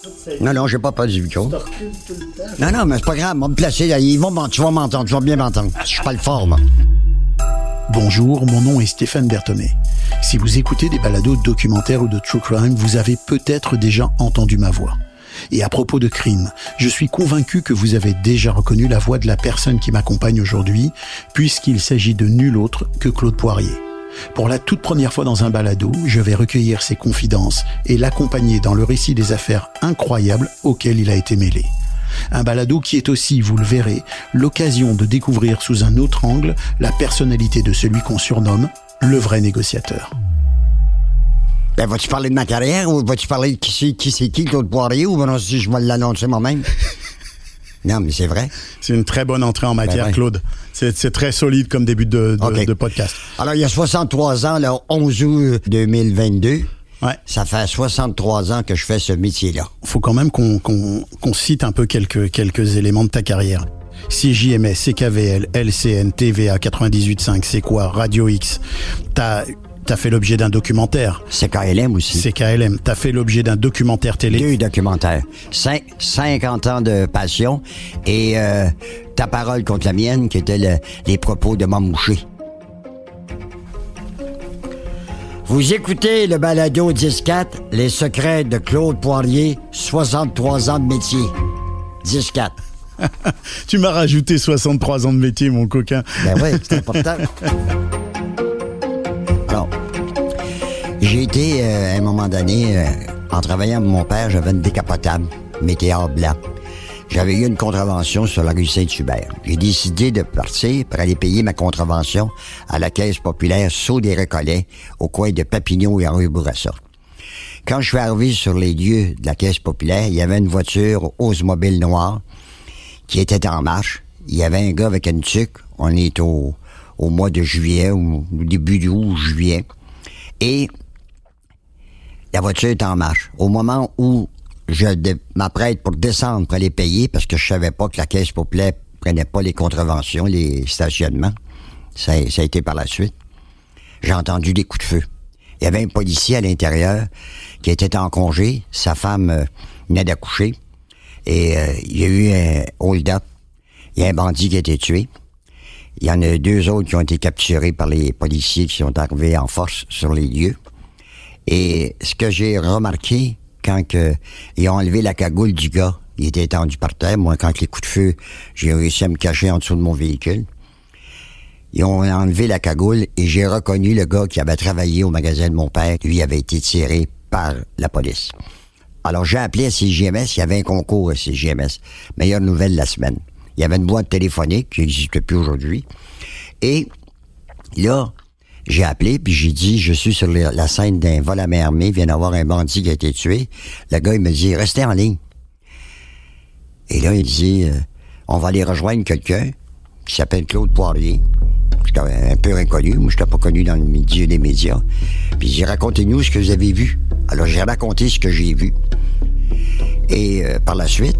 Non, j'ai pas peur du micro. Non, mais c'est pas grave, on va me placer. Là. Tu vas m'entendre, tu vas bien m'entendre. Je parle fort, moi. Bonjour, mon nom est Stéphane Berthomé. Si vous écoutez des balados documentaires ou de true crime, vous avez peut-être déjà entendu ma voix. Et à propos de crime, je suis convaincu que vous avez déjà reconnu la voix de la personne qui m'accompagne aujourd'hui, puisqu'il s'agit de nul autre que Claude Poirier. Pour la toute première fois dans un balado, je vais recueillir ses confidences et l'accompagner dans le récit des affaires incroyables auxquelles il a été mêlé. Un balado qui est aussi, vous le verrez, l'occasion de découvrir sous un autre angle la personnalité de celui qu'on surnomme le vrai négociateur. Ben, vas-tu parler de ma carrière ou vas-tu parler de qui c'est Claude Poirier ou ben, si je vais l'annoncer moi-même? Non, mais c'est vrai. C'est une très bonne entrée en matière, Claude. C'est très solide comme début de podcast. Alors, il y a 63 ans, le 11 août 2022, ça fait 63 ans que je fais ce métier-là. Il faut quand même qu'on cite un peu quelques éléments de ta carrière. CJMS, CKVL, LCN, TVA 98.5, c'est quoi? Radio X. T'as fait l'objet d'un documentaire. CKLM aussi. CKLM. T'as fait l'objet d'un documentaire télé. 2 documentaires. 50 ans de passion et Ta parole contre la mienne, qui était les propos de Mamouché. Vous écoutez le balado 10-4, les secrets de Claude Poirier, 63 ans de métier. 10-4. Tu m'as rajouté 63 ans de métier, mon coquin. Ben oui, c'est important. Alors, j'ai été, à un moment donné, en travaillant avec mon père, j'avais une décapotable, Météor blanc. J'avais eu une contravention sur la rue Saint-Hubert. J'ai décidé de partir pour aller payer ma contravention à la Caisse populaire Saut-des-Recollets, au coin de Papineau et rue Bourassa. Quand je suis arrivé sur les lieux de la Caisse populaire, il y avait une voiture Oldsmobile noire qui était en marche. Il y avait un gars avec une tuque. On est au mois de juillet, ou au début d'août ou juillet. Et la voiture est en marche. Au moment où je m'apprête pour descendre pour aller payer, parce que je savais pas que la Caisse populaire prenait pas les contraventions, les stationnements. Ça a été par la suite. J'ai entendu des coups de feu. Il y avait un policier à l'intérieur qui était en congé. Sa femme venait d'accoucher. Et il y a eu un hold-up. Il y a un bandit qui a été tué. Il y en a 2 autres qui ont été capturés par les policiers qui sont arrivés en force sur les lieux. Et ce que j'ai remarqué, quand ils ont enlevé la cagoule du gars, il était étendu par terre. Moi, quand les coups de feu, j'ai réussi à me cacher en dessous de mon véhicule. Ils ont enlevé la cagoule et j'ai reconnu le gars qui avait travaillé au magasin de mon père. Lui avait été tiré par la police. Alors, j'ai appelé à CJMS. Il y avait un concours à CJMS. Meilleure nouvelle de la semaine. Il y avait une boîte téléphonique qui n'existe plus aujourd'hui. Et là, j'ai appelé, puis j'ai dit, je suis sur la scène d'un vol à main armée, il vient d'avoir un bandit qui a été tué. Le gars, il me dit, restez en ligne. Et là, il dit, on va aller rejoindre quelqu'un qui s'appelle Claude Poirier. J'étais un peu inconnu, moi, je n'étais pas connu dans le milieu des médias. Puis il dit, racontez-nous ce que vous avez vu. Alors, j'ai raconté ce que j'ai vu. Et par la suite,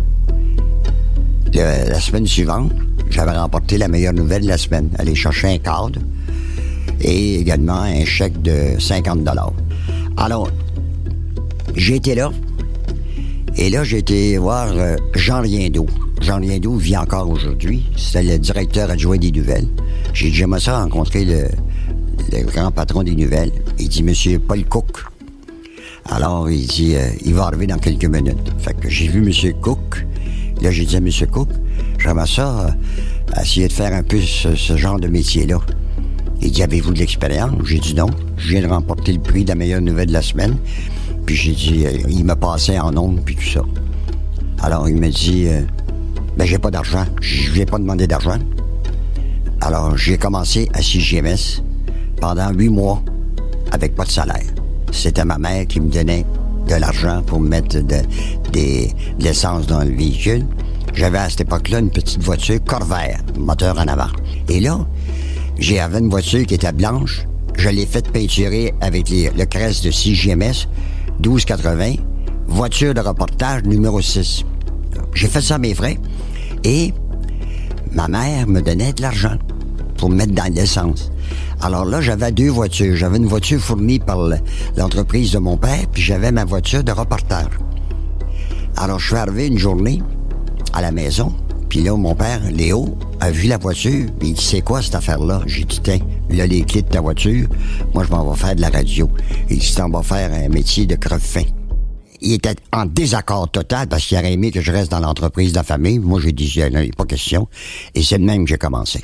la semaine suivante, j'avais remporté la meilleure nouvelle de la semaine. Aller chercher un cadre et également un chèque de 50 $. Alors, j'ai été là. Et là, j'ai été voir Jean Riendeau. Jean Riendeau vit encore aujourd'hui. C'est le directeur adjoint des nouvelles. J'aimerais ça rencontrer le grand patron des nouvelles. Il dit, Monsieur Paul Cook. Alors, il dit, il va arriver dans quelques minutes. Fait que j'ai vu Monsieur Cook. Là, j'ai dit à Monsieur Cook, j'aimerais ça essayer de faire un peu ce genre de métier-là. Il dit, avez-vous de l'expérience? J'ai dit non. Je viens de remporter le prix de la meilleure nouvelle de la semaine. Puis j'ai dit, il m'a passé en ondes, puis tout ça. Alors, il m'a dit, j'ai pas d'argent. Je viens pas demander d'argent. Alors, j'ai commencé à CJMS pendant 8 mois avec pas de salaire. C'était ma mère qui me donnait de l'argent pour mettre de l'essence dans le véhicule. J'avais à cette époque-là une petite voiture Corvair, moteur en avant. Et là, j'avais une voiture qui était blanche. Je l'ai faite peinturer avec le crest de CJMS 1280, voiture de reportage numéro 6. J'ai fait ça à mes frais et ma mère me donnait de l'argent pour mettre dans l'essence. Alors là, j'avais 2 voitures. J'avais une voiture fournie par l'entreprise de mon père, puis j'avais ma voiture de reportage. Alors, je suis arrivé une journée à la maison, puis là, mon père, Léo, a vu la voiture, puis il dit, c'est quoi cette affaire-là? J'ai dit, tiens, là, les clés de ta voiture, moi, je m'en vais faire de la radio. Il dit, t'en vas faire un métier de creve-fin. Il était en désaccord total parce qu'il aurait aimé que je reste dans l'entreprise de la famille. Moi, j'ai dit, non, il n'est pas question. Et c'est de même que j'ai commencé.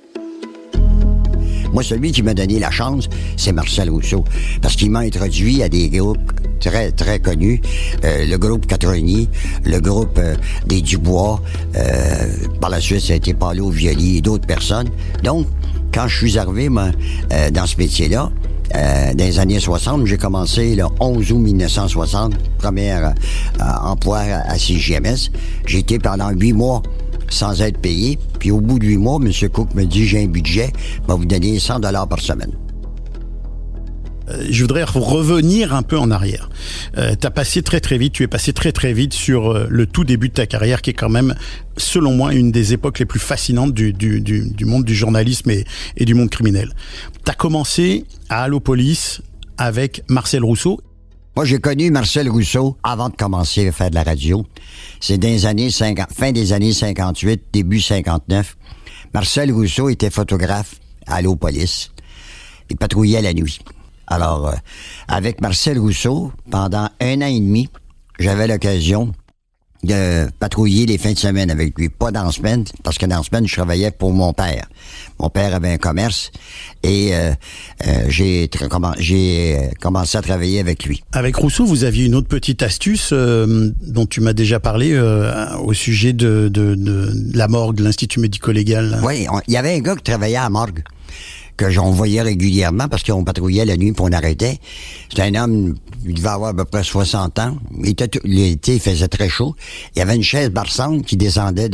Moi, celui qui m'a donné la chance, c'est Marcel Rousseau. Parce qu'il m'a introduit à des groupes très, très connus. Le groupe Catroni, le groupe des Dubois. Par la suite, ça a été Paulo Violi et d'autres personnes. Donc, quand je suis arrivé dans ce métier-là, dans les années 60, j'ai commencé le 11 août 1960, premier emploi à CJMS. J'ai été pendant 8 mois sans être payé. Puis au bout de 8 mois, M. Cook me dit, j'ai un budget, va vous donner 100 $ par semaine. Je voudrais revenir un peu en arrière. Tu es passé très vite sur le tout début de ta carrière, qui est quand même, selon moi, une des époques les plus fascinantes du monde du journalisme et du monde criminel. Tu as commencé à Allopolis avec Marcel Rousseau. Moi, j'ai connu Marcel Rousseau avant de commencer à faire de la radio. C'est dans les années fin des années 58, début 59. Marcel Rousseau était photographe à Allopolis. Il patrouillait la nuit. Alors, avec Marcel Rousseau, pendant 1 an et demi, j'avais l'occasion de patrouiller les fins de semaine avec lui. Pas dans la semaine, parce que dans la semaine, je travaillais pour mon père. Mon père avait un commerce et j'ai commencé à travailler avec lui. Avec Rousseau, vous aviez une autre petite astuce dont tu m'as déjà parlé au sujet de la morgue, de l'Institut médico-légal. Oui, il y avait un gars qui travaillait à la morgue, que j'en voyais régulièrement parce qu'on patrouillait la nuit puis on arrêtait. C'était un homme, il devait avoir à peu près 60 ans. L'été, il faisait très chaud. Il y avait une chaise berçante qui descendait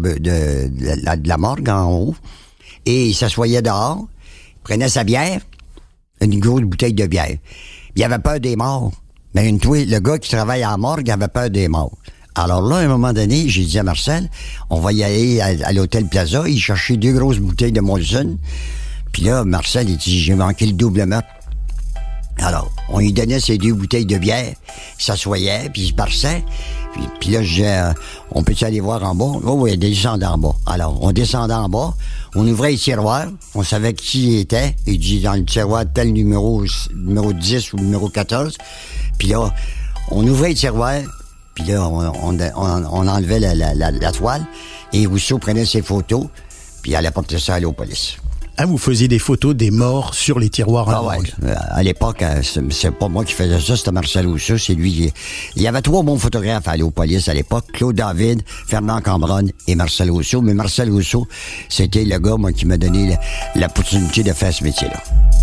de la morgue en haut. Et il s'assoyait dehors, il prenait sa bière, une grosse bouteille de bière. Il avait peur des morts. Mais le gars qui travaille à la morgue avait peur des morts. Alors là, à un moment donné, j'ai dit à Marcel, on va y aller à l'hôtel Plaza. Il cherchait 2 grosses bouteilles de Molson. Puis là, Marcel, il dit, j'ai manqué le double meurtre. Alors, on lui donnait ces 2 bouteilles de bière, il s'assoyait, puis il se barçait. Puis là, je disais, on peut-y aller voir en bas? Oh oui, descendait en bas. Alors, on descendait en bas, on ouvrait les tiroirs, on savait qui il était. Il dit, dans le tiroir, tel numéro 10 ou numéro 14. Puis là, on ouvrait les tiroirs, puis là, on enlevait la toile, et Rousseau prenait ses photos, puis il allait porter ça à Allopolis. Ah, vous faisiez des photos des morts sur les tiroirs à morgue. À l'époque, c'est pas moi qui faisais ça, c'était Marcel Rousseau, c'est lui. Il y avait 3 bons photographes à Allopolis à l'époque, Claude David, Fernand Cambronne et Marcel Rousseau. Mais Marcel Rousseau, c'était le gars, moi, qui m'a donné l'opportunité de faire ce métier-là.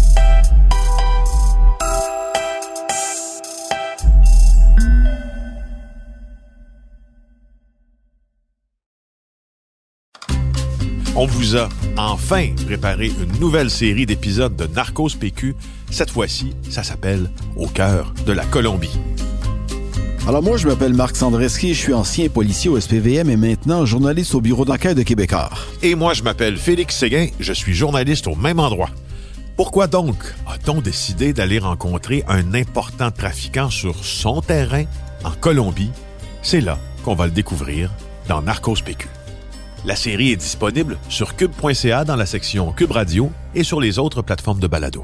On vous a enfin préparé une nouvelle série d'épisodes de Narcos PQ. Cette fois-ci, ça s'appelle « Au cœur de la Colombie ». Alors moi, je m'appelle Marc Sandreski, je suis ancien policier au SPVM et maintenant journaliste au bureau d'enquête de Québécois. Et moi, je m'appelle Félix Séguin, je suis journaliste au même endroit. Pourquoi donc a-t-on décidé d'aller rencontrer un important trafiquant sur son terrain en Colombie? C'est là qu'on va le découvrir dans Narcos PQ. La série est disponible sur cube.ca dans la section Cube Radio et sur les autres plateformes de balado.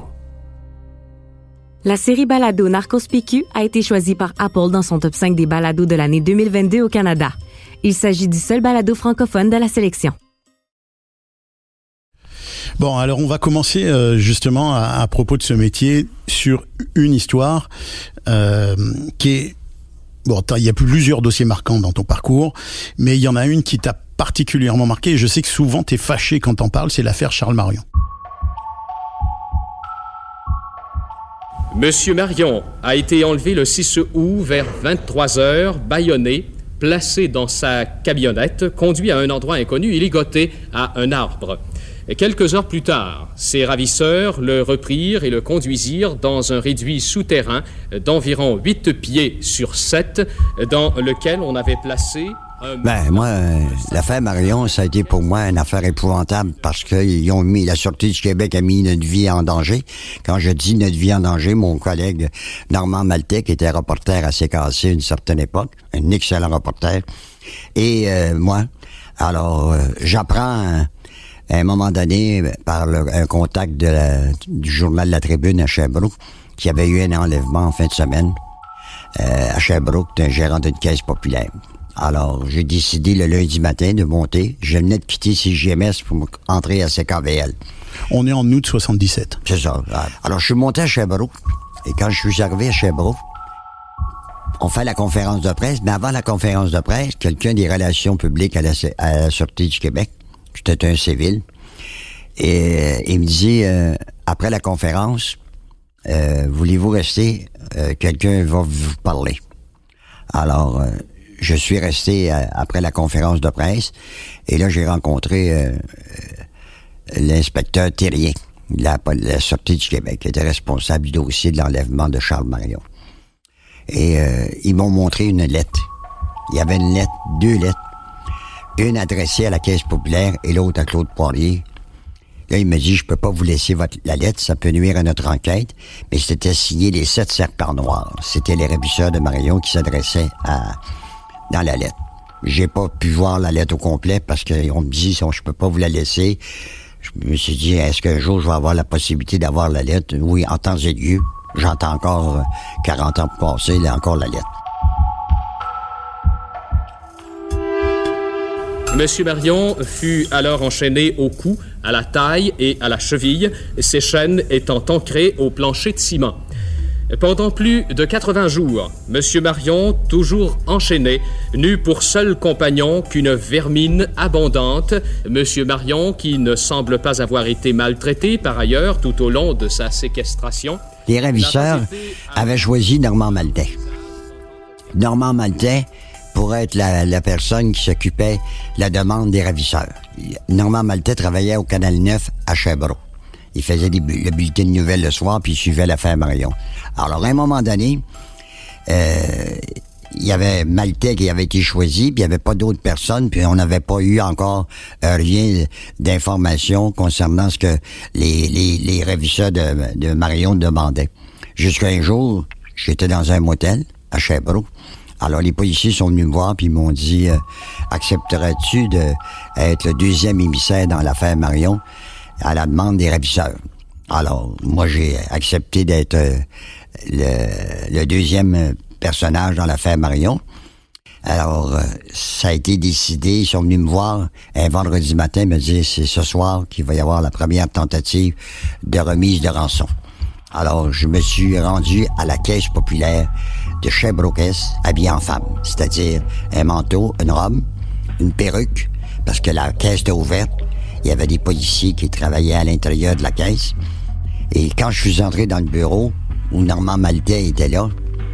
La série balado Narcos PQ a été choisie par Apple dans son top 5 des balados de l'année 2022 au Canada. Il s'agit du seul balado francophone de la sélection. Bon, alors on va commencer justement à propos de ce métier sur une histoire qui est... Bon, il y a plusieurs dossiers marquants dans ton parcours, mais il y en a une qui t'a particulièrement marqué, et je sais que souvent t'es fâché quand t'en parles, c'est l'affaire Charles Marion. Monsieur Marion a été enlevé le 6 août vers 23h, bâillonné, placé dans sa camionnette, conduit à un endroit inconnu et ligoté à un arbre. Et quelques heures plus tard, ses ravisseurs le reprirent et le conduisirent dans un réduit souterrain d'environ 8 pieds sur 7, dans lequel on avait placé Ben, moi, l'affaire Marion, ça a été pour moi une affaire épouvantable parce qu'ils ont mis, la Sûreté du Québec a mis notre vie en danger. Quand je dis notre vie en danger, mon collègue Normand Maltais, qui était reporter à CKC à une certaine époque, un excellent reporter, et moi, alors, j'apprends à un moment donné, par un contact du journal La Tribune à Sherbrooke, qu'il y avait eu un enlèvement en fin de semaine à Sherbrooke d'un gérant d'une caisse populaire. Alors, j'ai décidé le lundi matin de monter. Je venais de quitter CJMS pour entrer à CKVL. On est en août 77. C'est ça. Alors, je suis monté à Sherbrooke. Et quand je suis arrivé à Sherbrooke, on fait la conférence de presse. Mais avant la conférence de presse, quelqu'un des relations publiques à la Sûreté du Québec, c'était un civil, et il me dit, après la conférence, voulez-vous rester? Quelqu'un va vous parler. Alors, je suis resté après la conférence de presse, et là, j'ai rencontré l'inspecteur Thérien, de la Sûreté du Québec, qui était responsable du dossier de l'enlèvement de Charles Marion. Et ils m'ont montré une lettre. Il y avait une lettre, 2 lettres. Une adressée à la Caisse populaire et l'autre à Claude Poirier. Là, il me dit, je peux pas vous laisser la lettre, ça peut nuire à notre enquête, mais c'était signé les 7 serpents noirs. C'était les ravisseurs de Marion qui s'adressaient dans la lettre. J'ai pas pu voir la lettre au complet parce qu'on me dit, je peux pas vous la laisser. Je me suis dit, est-ce qu'un jour je vais avoir la possibilité d'avoir la lettre? Oui, en temps et lieu. J'entends encore 40 ans passer, il y a encore la lettre. Monsieur Marion fut alors enchaîné au cou, à la taille et à la cheville, ces chaînes étant ancrées au plancher de ciment. Pendant plus de 80 jours, Monsieur Marion, toujours enchaîné, n'eut pour seul compagnon qu'une vermine abondante. Monsieur Marion, qui ne semble pas avoir été maltraité par ailleurs tout au long de sa séquestration. Les ravisseurs avaient choisi Normand Maltais. Normand Maltais pourrait être la personne qui s'occupait de la demande des ravisseurs. Normand Maltais travaillait au Canal 9 à Sherbrooke. Il faisait le bulletin de nouvelles le soir, puis il suivait l'affaire Marion. Alors, à un moment donné, il y avait Maltais qui avait été choisi, puis il n'y avait pas d'autres personnes, puis on n'avait pas eu encore rien d'informations concernant ce que les ravisseurs de Marion demandaient. Jusqu'à un jour, j'étais dans un motel à Sherbrooke. Alors, les policiers sont venus me voir, puis ils m'ont dit, accepterais-tu d'être le 2e émissaire dans l'affaire Marion à la demande des ravisseurs? Alors, moi, j'ai accepté d'être le 2e personnage dans l'affaire Marion. Alors, ça a été décidé. Ils sont venus me voir un vendredi matin, me dire, c'est ce soir qu'il va y avoir la première tentative de remise de rançon. Alors, je me suis rendu à la Caisse populaire de Sherbrooke, habillé en femme, c'est-à-dire un manteau, une robe, une perruque, parce que la caisse était ouverte. Il y avait des policiers qui travaillaient à l'intérieur de la caisse. Et quand je suis entré dans le bureau, où Normand Maltais était là,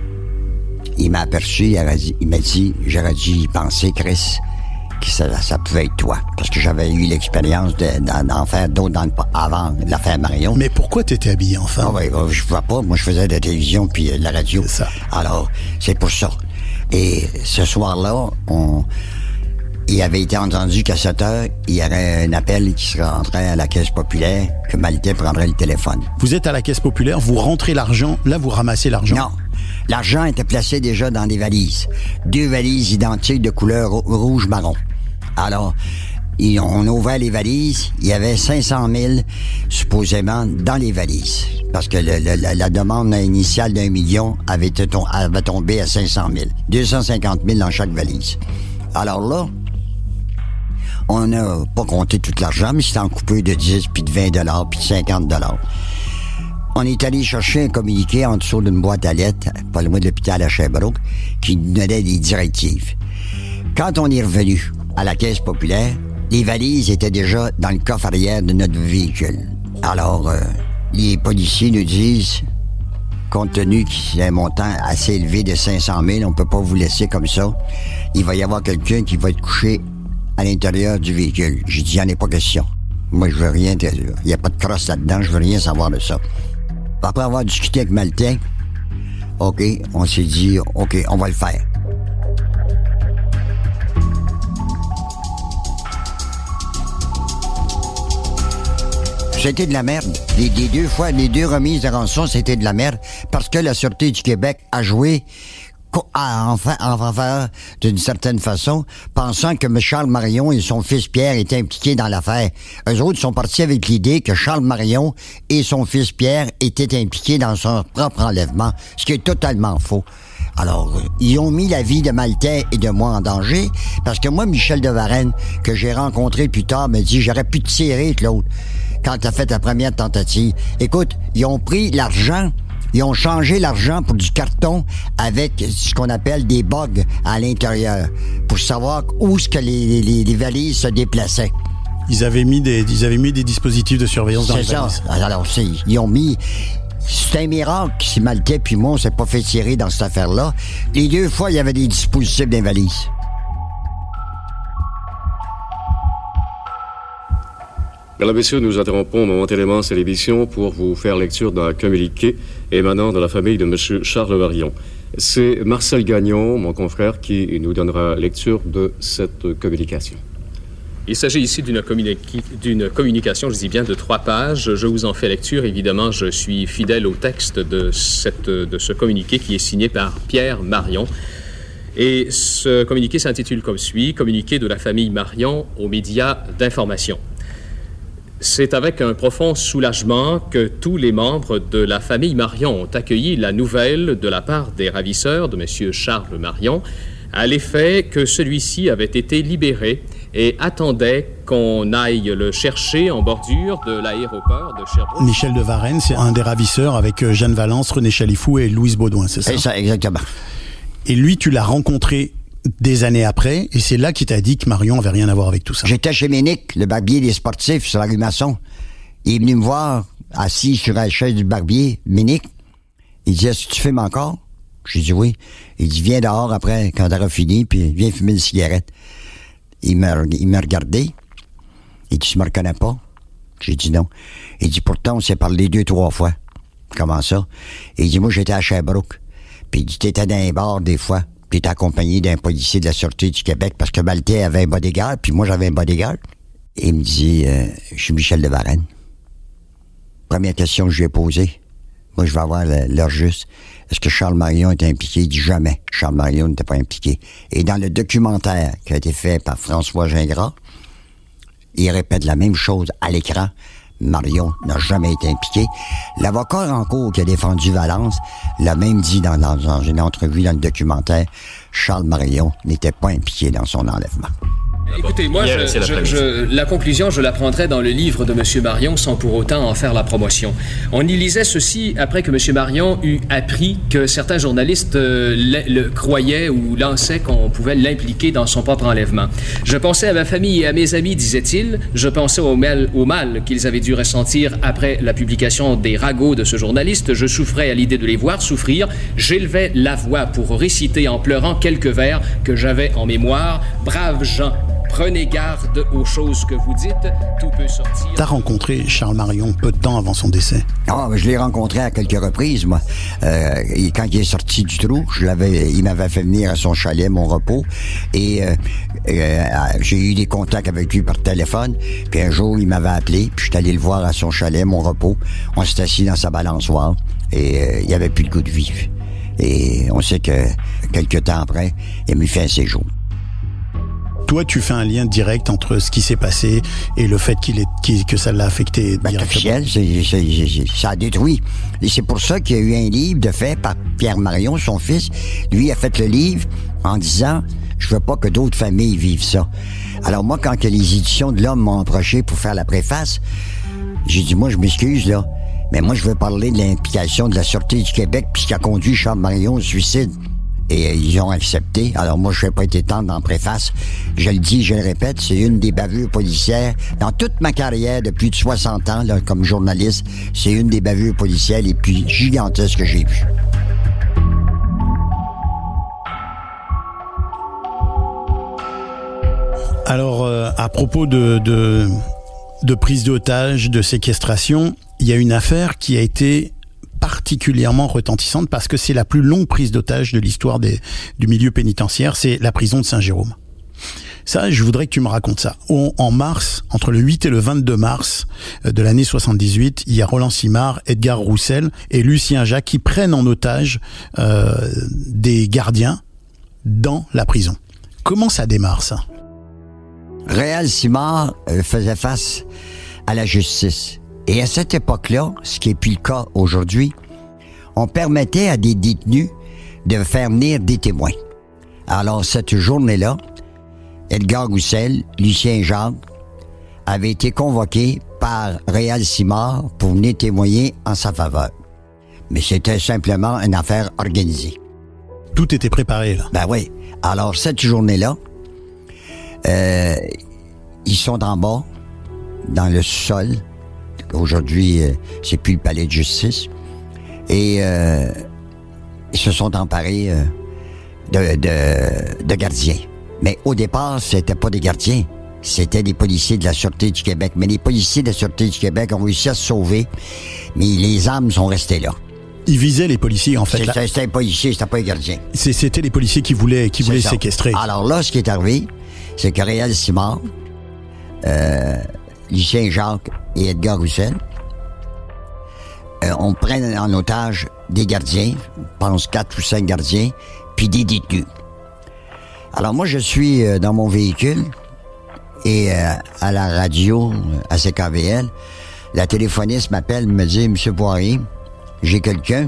il m'a aperçu, il m'a dit, j'aurais dû y penser, Chris, que ça pouvait être toi. Parce que j'avais eu l'expérience d'en faire d'autres avant l'affaire Marion. Mais pourquoi t'étais habillé en femme? Ah oui, je vois pas. Moi, je faisais de la télévision puis de la radio. C'est ça. Alors, c'est pour ça. Et ce soir-là, il avait été entendu qu'à 7 heures, il y aurait un appel qui se rentrait à la Caisse populaire, que Maltais prendrait le téléphone. Vous êtes à la Caisse populaire, vous rentrez l'argent, là, vous ramassez l'argent? Non. L'argent était placé déjà dans des valises. 2 valises identiques de couleur rouge-marron. Alors, on a ouvert les valises. Il y avait 500 000, supposément, dans les valises. Parce que la demande initiale d'1 million avait tombé à 500 000. 250 000 dans chaque valise. Alors là, on n'a pas compté tout l'argent, mais c'était en coupé de 10, puis de 20 $, puis de 50 $. On est allé chercher un communiqué en dessous d'une boîte à lettres, pas loin de l'hôpital à Sherbrooke, qui nous donnait des directives. Quand on est revenu à la Caisse populaire, les valises étaient déjà dans le coffre arrière de notre véhicule. Alors, les policiers nous disent, compte tenu qu'il y a un montant assez élevé de 500 000, on peut pas vous laisser comme ça. Il va y avoir quelqu'un qui va être couché à l'intérieur du véhicule. J'ai dit, il n'y en a pas question. Moi, je veux rien. Il n'y a pas de crosse là-dedans, je veux rien savoir de ça. Après avoir discuté avec Maltais, OK, on s'est dit, OK, on va le faire. C'était de la merde. Les deux remises de rançon, c'était de la merde parce que la Sûreté du Québec a joué en faveur d'une certaine façon, pensant que M. Charles Marion et son fils Pierre étaient impliqués dans l'affaire. Eux autres sont partis avec l'idée que Charles Marion et son fils Pierre étaient impliqués dans son propre enlèvement, ce qui est totalement faux. Alors, ils ont mis la vie de Maltais et de moi en danger, parce que moi, Michel de Varenne, que j'ai rencontré plus tard, me dit « J'aurais pu tirer, Claude, quand t'as fait ta première tentative. » Écoute, ils ont pris l'argent. Ils ont changé l'argent pour du carton avec ce qu'on appelle des bugs à l'intérieur pour savoir où est-ce que les valises se déplaçaient. Ils avaient mis des dispositifs de surveillance dans les valises. C'est ça. Alors, ils ont mis... C'est un miracle si Maltais puis moi, on s'est pas fait tirer dans cette affaire-là. Les deux fois, il y avait des dispositifs dans les valises. Mesdames et messieurs, nous interrompons momentanément cette émission pour vous faire lecture d'un communiqué émanant de la famille de M. Charles Marion. C'est Marcel Gagnon, mon confrère, qui nous donnera lecture de cette communication. Il s'agit ici d'une communication, je dis bien, de 3 pages. Je vous en fais lecture. Évidemment, je suis fidèle au texte de ce communiqué qui est signé par Pierre Marion. Et ce communiqué s'intitule comme suit, « Communiqué de la famille Marion aux médias d'information ». C'est avec un profond soulagement que tous les membres de la famille Marion ont accueilli la nouvelle de la part des ravisseurs de M. Charles Marion, à l'effet que celui-ci avait été libéré et attendait qu'on aille le chercher en bordure de l'aéroport de Sherbrooke. Michel de Varenne, c'est un des ravisseurs avec Jeanne Valence, René Chalifou et Louise Baudouin, c'est ça? C'est ça, exactement. Et lui, tu l'as rencontré des années après, et c'est là qu'il t'a dit que Marion avait rien à voir avec tout ça. J'étais chez Ménic, le barbier des sportifs, sur la rue Masson. Il est venu me voir, assis sur la chaise du barbier, Ménic. Il dit, est-ce que tu fumes encore? J'ai dit oui. Il dit, viens dehors après, quand t'auras fini, puis viens fumer une cigarette. Il m'a regardé. Il dit, tu me reconnais pas? J'ai dit non. Il dit, pourtant, on s'est parlé 2-3 fois. Comment ça? Il dit, moi, j'étais à Sherbrooke. Puis il dit, t'étais dans les bars des fois. Puis t'étais accompagné d'un policier de la Sûreté du Québec parce que Maltais avait un bodyguard, puis moi, j'avais un bodyguard. Et il me dit, je suis Michel de Varenne. Première question que je lui ai posée. Moi, je vais avoir l'heure juste. Est-ce que Charles Marion était impliqué? Il dit jamais. Charles Marion n'était pas impliqué. Et dans le documentaire qui a été fait par François Gingras, il répète la même chose à l'écran. Marion n'a jamais été impliqué. L'avocat en cours qui a défendu Valence l'a même dit dans une entrevue dans le documentaire, Charles Marion n'était pas impliqué dans son enlèvement. Écoutez, moi, la conclusion, je la prendrai dans le livre de M. Marion sans pour autant en faire la promotion. On y lisait ceci après que M. Marion eut appris que certains journalistes le croyaient ou lançaient qu'on pouvait l'impliquer dans son propre enlèvement. Je pensais à ma famille et à mes amis, disait-il. Je pensais au mal qu'ils avaient dû ressentir après la publication des ragots de ce journaliste. Je souffrais à l'idée de les voir souffrir. J'élevais la voix pour réciter en pleurant quelques vers que j'avais en mémoire. Braves gens, prenez garde aux choses que vous dites, tout peut sortir. T'as rencontré Charles Marion peu de temps avant son décès. Ah, je l'ai rencontré à quelques reprises, moi. Quand il est sorti du trou, il m'avait fait venir à son chalet, mon repos, et j'ai eu des contacts avec lui par téléphone. Puis un jour, il m'avait appelé, puis je suis allé le voir à son chalet, mon repos. On s'est assis dans sa balançoire, et il avait plus le goût de vivre. Et on sait que quelques temps après, il m'a fait un séjour. Toi, tu fais un lien direct entre ce qui s'est passé et le fait que ça l'a affecté directement. Officiel, ça a détruit. Et c'est pour ça qu'il y a eu un livre de fait par Pierre Marion, son fils. Lui a fait le livre en disant, je veux pas que d'autres familles vivent ça. Alors moi, quand les éditions de l'Homme m'ont approché pour faire la préface, j'ai dit, moi, je m'excuse, là, mais moi, je veux parler de l'implication de la Sûreté du Québec puis ce qui a conduit Charles Marion au suicide. Et ils ont accepté. Alors moi, je n'ai pas été tendre en préface. Je le dis, je le répète, c'est une des bavures policières. Dans toute ma carrière de plus de 60 ans là, comme journaliste, c'est une des bavures policières les plus gigantesques que j'ai vues. Alors, à propos de prise d'otage, de séquestration, il y a une affaire qui a été particulièrement retentissante parce que c'est la plus longue prise d'otage de l'histoire du milieu pénitentiaire, c'est la prison de Saint-Jérôme. Ça, je voudrais que tu me racontes ça. En mars, entre le 8 et le 22 mars de l'année 78, il y a Roland Simard, Edgar Roussel et Lucien Jacques qui prennent en otage des gardiens dans la prison. Comment ça démarre, ça? Réal Simard faisait face à la justice. Et à cette époque-là, ce qui n'est plus le cas aujourd'hui, on permettait à des détenus de faire venir des témoins. Alors, cette journée-là, Edgar Roussel, Lucien Jacques avaient été convoqués par Réal Simard pour venir témoigner en sa faveur. Mais c'était simplement une affaire organisée. Tout était préparé, là. Ben oui. Alors, cette journée-là, ils sont en bas, dans le sol. Aujourd'hui, c'est plus le palais de justice. Et ils se sont emparés de gardiens. Mais au départ, c'était pas des gardiens. C'était des policiers de la Sûreté du Québec. Mais les policiers de la Sûreté du Québec ont réussi à se sauver. Mais les armes sont restées là. Ils visaient les policiers, en fait. C'était les policiers, c'était pas les gardiens. C'était les policiers qui voulaient séquestrer. Alors là, ce qui est arrivé, c'est que Réal Simard, Lucien Jacques et Edgar Roussel, on prend en otage des gardiens, je pense 4 ou 5 gardiens, puis des détenus. Alors moi, je suis dans mon véhicule et à la radio, à CKVL, la téléphoniste m'appelle, me dit « Monsieur Poirier, j'ai quelqu'un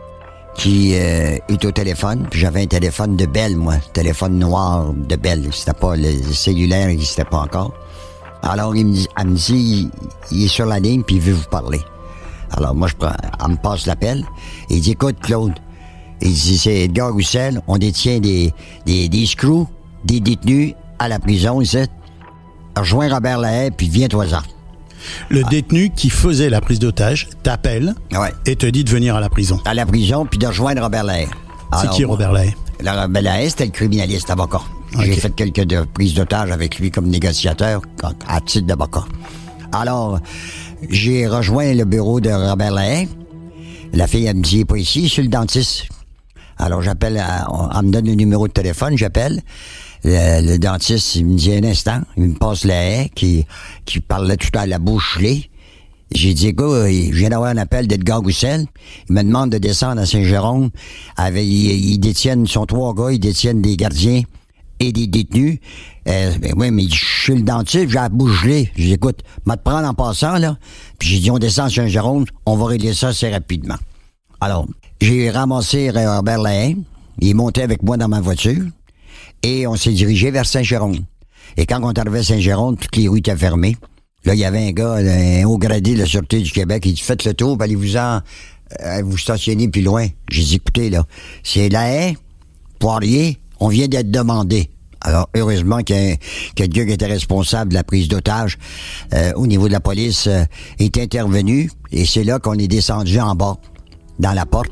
qui est au téléphone. » Puis j'avais un téléphone de Bell, moi, téléphone noir de Bell. C'était pas, le cellulaire n'existait pas encore. Alors elle me dit « Il est sur la ligne, puis il veut vous parler. » Alors moi, elle me passe l'appel et il dit « Écoute, Claude, il dit, c'est Edgar Roussel, on détient des screws, des détenus à la prison, ici. Rejoins Robert Lahaye, puis viens-toi-en. » Le détenu qui faisait la prise d'otage t'appelle et te dit de venir à la prison. À la prison, puis de rejoindre Robert Lahaye. C'est qui Robert Lahaye? Robert Lahaye, c'était le criminaliste avocat. Okay. J'ai fait quelques prises d'otage avec lui comme négociateur à titre d'avocat. Alors, j'ai rejoint le bureau de Robert Lahaye. La fille, elle me dit, pas ici, je suis le dentiste. Alors, j'appelle, elle me donne le numéro de téléphone, j'appelle. Le dentiste, il me dit un instant, il me passe Lahaye, qui parlait tout à la bouche gelée. J'ai dit, écoute, je viens d'avoir un appel d'Edgar Roussel. Il me demande de descendre à Saint-Jérôme. Ils détiennent, ils sont 3 gars, ils détiennent des gardiens et des détenus. Ben oui, mais je suis le dentiste, j'ai la bouche gelée. J'ai dit, écoute, va te prendre en passant, là. Puis j'ai dit, on descend à Saint-Jérôme, on va régler ça assez rapidement. Alors, j'ai ramassé Robert Lahaye. Il est monté avec moi dans ma voiture. Et on s'est dirigé vers Saint-Jérôme. Et quand on est arrivé à Saint-Jérôme, toutes les rues étaient fermées. Là, il y avait un gars, un haut gradé de la Sûreté du Québec. Il dit, faites le tour, puis allez-vous-en, vous stationner plus loin. J'ai dit, écoutez, là, c'est Lahaye, Poirier, on vient d'être demandé. Alors, heureusement qu'il y a quelqu'un qui était responsable de la prise d'otage au niveau de la police est intervenu. Et c'est là qu'on est descendu en bas, dans la porte.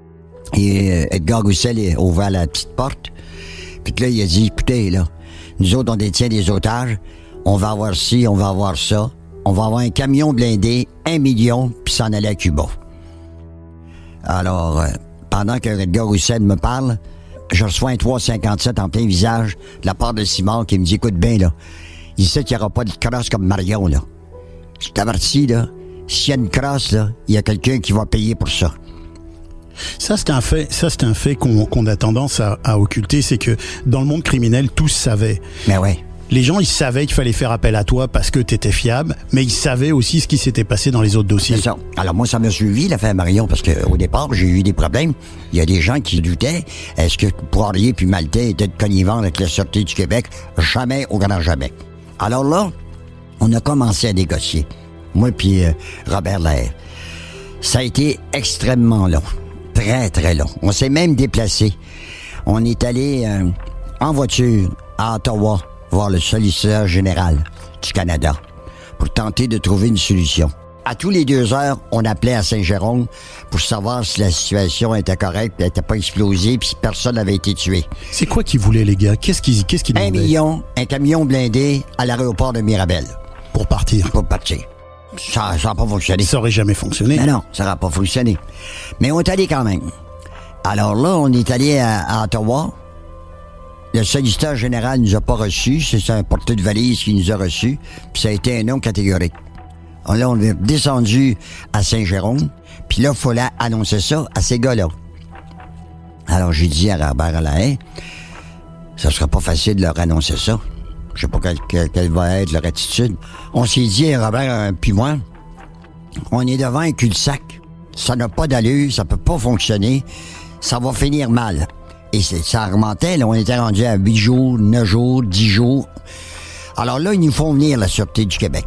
Et Edgar Roussel a ouvert la petite porte. Puis là, il a dit, écoutez, là, nous autres, on détient des otages. On va avoir ci, on va avoir ça. On va avoir un camion blindé, 1 million, puis s'en aller à Cuba. Alors, pendant que Edgar Roussel me parle, je reçois un 3,57 en plein visage de la part de Simard qui me dit, écoute bien, là, il sait qu'il n'y aura pas de crosse comme Marion, là. Je t'avertis, là, s'il y a une crosse, là, il y a quelqu'un qui va payer pour ça. Ça, c'est un fait qu'on a tendance à occulter, c'est que dans le monde criminel, tous savaient. Mais ouais. Les gens, ils savaient qu'il fallait faire appel à toi parce que t'étais fiable, mais ils savaient aussi ce qui s'était passé dans les autres dossiers. C'est ça. Alors moi, ça m'a suivi, l'affaire Marion, parce qu'au départ, j'ai eu des problèmes. Il y a des gens qui doutaient. Est-ce que Poirier puis Maltais étaient connivents avec la Sûreté du Québec? Jamais, au grand jamais. Alors là, on a commencé à négocier. Moi puis Robert Lahaye. Ça a été extrêmement long. Très, très long. On s'est même déplacé. On est allé en voiture à Ottawa voir le solliciteur général du Canada pour tenter de trouver une solution. À tous les 2 heures, on appelait à Saint-Jérôme pour savoir si la situation était correcte, elle n'était pas explosée, puis si personne n'avait été tué. C'est quoi qu'ils voulaient, les gars? Qu'est-ce qu'ils demandaient? 1 million, un camion blindé à l'aéroport de Mirabel. Pour partir? Pour partir. Ça n'a pas fonctionné. Ça aurait jamais fonctionné. Mais non, ça n'aurait pas fonctionné. Mais on est allé quand même. Alors là, on est allé à Ottawa. Le solliciteur général nous a pas reçus. C'est un porteur de valise qui nous a reçus. Puis ça a été un non catégorique. Là, on est descendu à Saint-Jérôme. Puis là, il fallait annoncer ça à ces gars-là. Alors, j'ai dit à Robert Lahaye, ça sera pas facile de leur annoncer ça. Je sais pas quelle va être leur attitude. On s'est dit, Robert puis moi, on est devant un cul-de-sac. Ça n'a pas d'allure, ça peut pas fonctionner. Ça va finir mal. Et ça remontait, là, on était rendu à 8 jours, 9 jours, 10 jours. Alors là, ils nous font venir la Sûreté du Québec.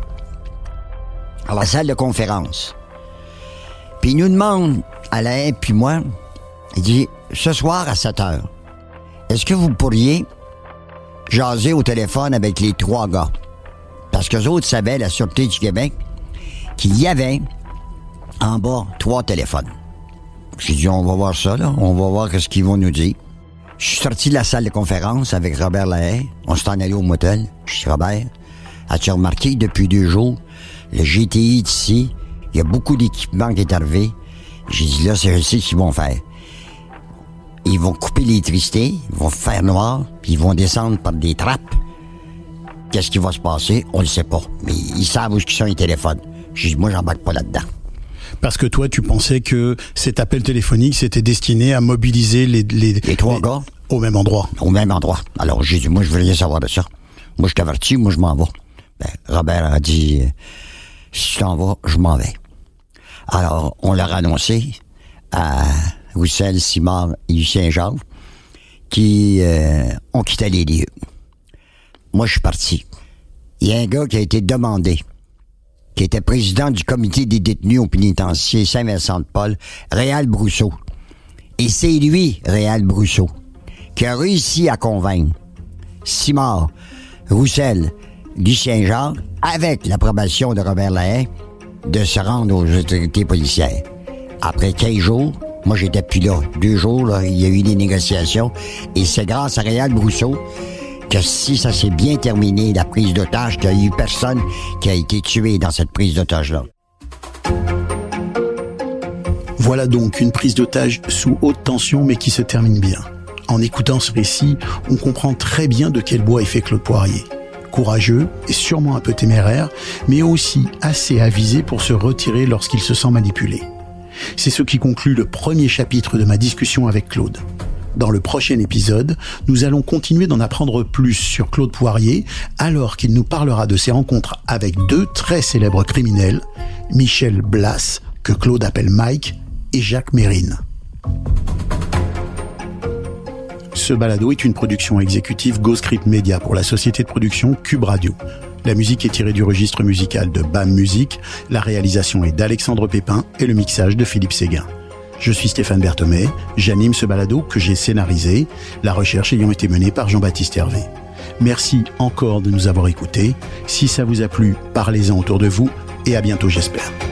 À la salle de conférence. Puis ils nous demandent, Alain puis moi, il dit, ce soir à 7 heures, est-ce que vous pourriez jaser au téléphone avec les 3 gars? Parce qu'eux autres savaient, la Sûreté du Québec, qu'il y avait en bas 3 téléphones. J'ai dit, on va voir ça, là. On va voir ce qu'ils vont nous dire. Je suis sorti de la salle de conférence avec Robert Lahaye. On s'est en allé au motel. Je dis, Robert, as-tu remarqué que depuis 2 jours, le GTI d'ici, il y a beaucoup d'équipements qui est arrivé. J'ai dit, là, je sais ce qu'ils vont faire. Ils vont couper l'électricité, ils vont faire noir, puis ils vont descendre par des trappes. Qu'est-ce qui va se passer? On le sait pas. Mais ils savent où sont les téléphones. J'ai dit, moi, j'embarque pas là-dedans. Parce que toi, tu pensais que cet appel téléphonique, c'était destiné à mobiliser les 3 gars? Au même endroit. Au même endroit. Alors, j'ai dit, moi, je veux rien savoir de ça. Moi, je t'avertis, moi, je m'en vais. Ben, Robert a dit, si tu t'en vas, je m'en vais. Alors, on leur a annoncé à Roussel, Simard et Lucien Jacques qui ont quitté les lieux. Moi, je suis parti. Il y a un gars qui a été demandé, qui était président du comité des détenus au pénitencier Saint-Vincent-de-Paul, Réal Brousseau. Et c'est lui, Réal Brousseau, qui a réussi à convaincre Simard, Roussel, Lucien Jacques, avec l'approbation de Robert Lahaye, de se rendre aux autorités policières. Après 15 jours, moi j'étais plus là. 2 jours, là, il y a eu des négociations. Et c'est grâce à Réal Brousseau que si ça s'est bien terminé, la prise d'otage, qu'il n'y a eu personne qui a été tué dans cette prise d'otage-là. Voilà donc une prise d'otage sous haute tension, mais qui se termine bien. En écoutant ce récit, on comprend très bien de quel bois est fait Claude Poirier. Courageux et sûrement un peu téméraire, mais aussi assez avisé pour se retirer lorsqu'il se sent manipulé. C'est ce qui conclut le premier chapitre de ma discussion avec Claude. Dans le prochain épisode, nous allons continuer d'en apprendre plus sur Claude Poirier, alors qu'il nous parlera de ses rencontres avec 2 très célèbres criminels, Michel Blas, que Claude appelle Mike, et Jacques Mérine. Ce balado est une production exécutive GoScript Media pour la société de production Cube Radio. La musique est tirée du registre musical de BAM Musique, la réalisation est d'Alexandre Pépin et le mixage de Philippe Séguin. Je suis Stéphane Berthomé, j'anime ce balado que j'ai scénarisé, la recherche ayant été menée par Jean-Baptiste Hervé. Merci encore de nous avoir écoutés. Si ça vous a plu, parlez-en autour de vous et à bientôt j'espère.